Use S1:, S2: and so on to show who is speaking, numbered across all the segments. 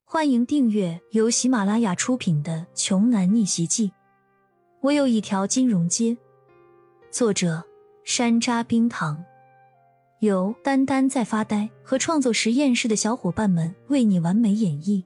S1: 欢迎订阅由喜马拉雅出品的《穷男逆袭记》。我有一条金融街。作者：山楂冰糖，由丹丹在发呆和创作实验室的小伙伴们为你完美演绎。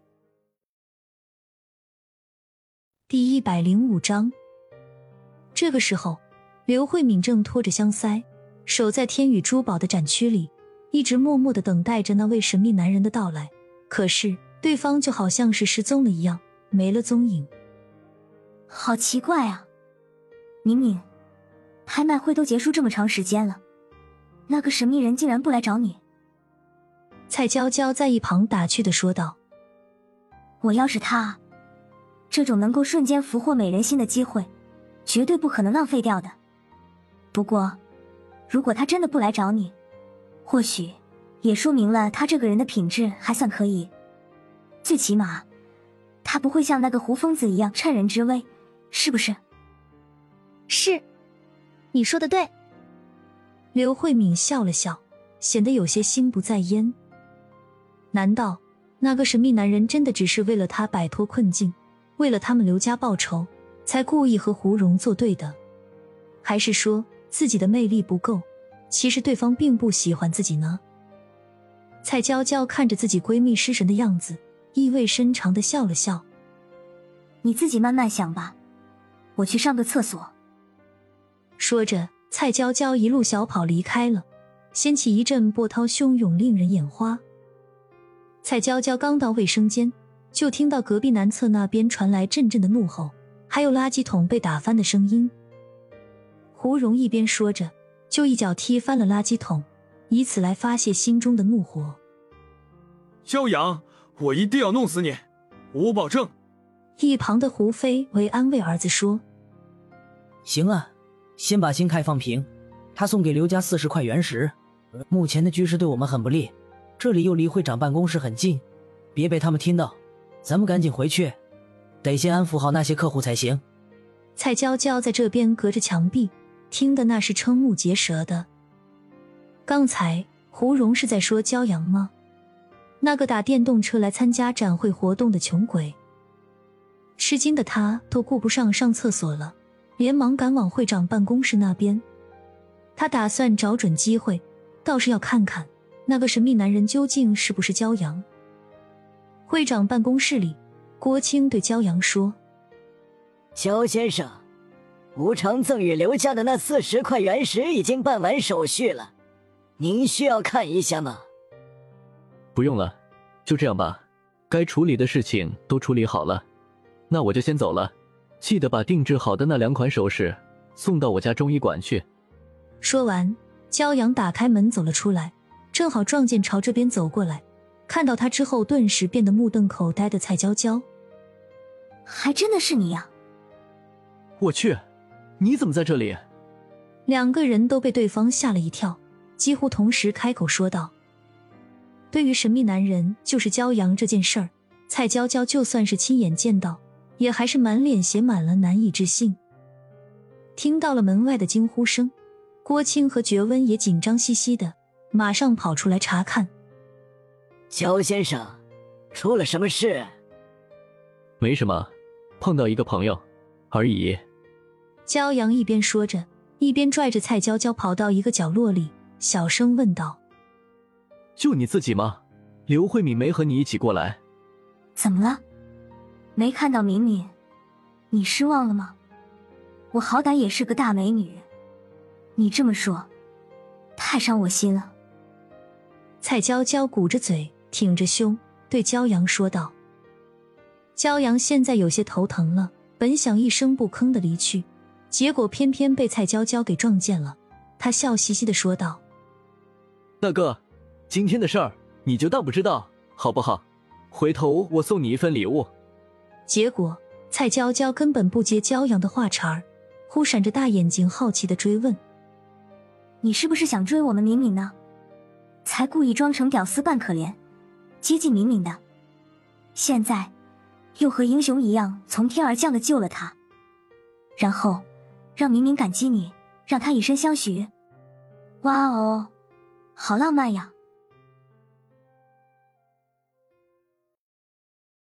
S1: 第105章。这个时候，刘慧敏正拖着香腮，守在天宇珠宝的展区里，一直默默地等待着那位神秘男人的到来。可是对方就好像是失踪了一样，没了踪影。
S2: 好奇怪啊，明明拍卖会都结束这么长时间了，那个神秘人竟然不来找你。
S1: 蔡娇娇在一旁打趣地说道。
S2: 我要是他，这种能够瞬间俘获美人心的机会绝对不可能浪费掉的。不过如果他真的不来找你，或许也说明了他这个人的品质还算可以，最起码他不会像那个胡疯子一样趁人之危，是不是？
S3: 是，你说的对。
S1: 刘慧敏笑了笑，显得有些心不在焉。难道那个神秘男人真的只是为了他摆脱困境，为了他们刘家报仇，才故意和胡蓉作对的？还是说自己的魅力不够，其实对方并不喜欢自己呢？蔡娇娇看着自己闺蜜失神的样子，意味深长地笑了笑。
S2: 你自己慢慢想吧，我去上个厕所。
S1: 说着，蔡娇娇一路小跑离开了，掀起一阵波涛汹涌，令人眼花。蔡娇娇刚到卫生间，就听到隔壁南侧那边传来阵阵的怒吼，还有垃圾桶被打翻的声音。胡蓉一边说着，就一脚踢翻了垃圾桶，以此来发泄心中的怒火。
S4: 骄阳，我一定要弄死你，我保证。
S1: 一旁的胡飞为安慰儿子说。
S5: 行啊，先把新开放平，他送给刘家40块原石。目前的局势对我们很不利，这里又离会长办公室很近，别被他们听到，咱们赶紧回去，得先安抚好那些客户才行。
S1: 蔡娇娇在这边隔着墙壁，听得那是瞠目结舌的。刚才胡蓉是在说骄阳吗？那个打电动车来参加展会活动的穷鬼。吃惊的他都顾不上上厕所了，连忙赶往会长办公室那边。他打算找准机会，倒是要看看那个神秘男人究竟是不是骄阳。会长办公室里，郭青对骄阳说。
S6: 焦先生，无偿赠与刘家的那40块原石已经办完手续了，您需要看一下吗？
S7: 不用了，就这样吧，该处理的事情都处理好了，那我就先走了，记得把定制好的那2款首饰送到我家中医馆去。
S1: 说完，骄阳打开门走了出来，正好撞见朝这边走过来，看到他之后顿时变得目瞪口呆的蔡娇娇。
S2: 还真的是你呀！
S7: 我去，你怎么在这里？
S1: 两个人都被对方吓了一跳，几乎同时开口说道。对于神秘男人就是骄阳这件事儿，蔡娇娇就算是亲眼见到，也还是满脸写满了难以置信。听到了门外的惊呼声，郭青和觉温也紧张兮兮的，马上跑出来查看。
S6: 焦先生，出了什么事？
S7: 没什么，碰到一个朋友而已。
S1: 骄阳一边说着，一边拽着蔡娇娇跑到一个角落里，小声问道。
S7: 就你自己吗？刘慧敏没和你一起过来？
S2: 怎么了？没看到敏敏，你失望了吗？我好歹也是个大美女，你这么说，太伤我心了。
S1: 蔡娇娇鼓着嘴，挺着胸，对骄阳说道。骄阳现在有些头疼了，本想一声不吭地离去，结果偏偏被蔡娇娇给撞见了。他笑嘻嘻地说道。
S7: 大哥，今天的事儿你就当不知道，好不好？回头我送你一份礼物。
S1: 结果蔡娇娇根本不接骄阳的话茬儿，忽闪着大眼睛好奇地追问。
S2: 你是不是想追我们敏敏呢？才故意装成屌丝扮可怜，接近敏敏的。现在又和英雄一样从天而降的救了她，然后让敏敏感激你，让她以身相许。哇哦，好浪漫呀！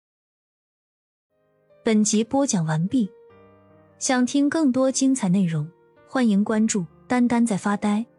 S1: 本集播讲完毕。想听更多精彩内容，欢迎关注丹丹在发呆。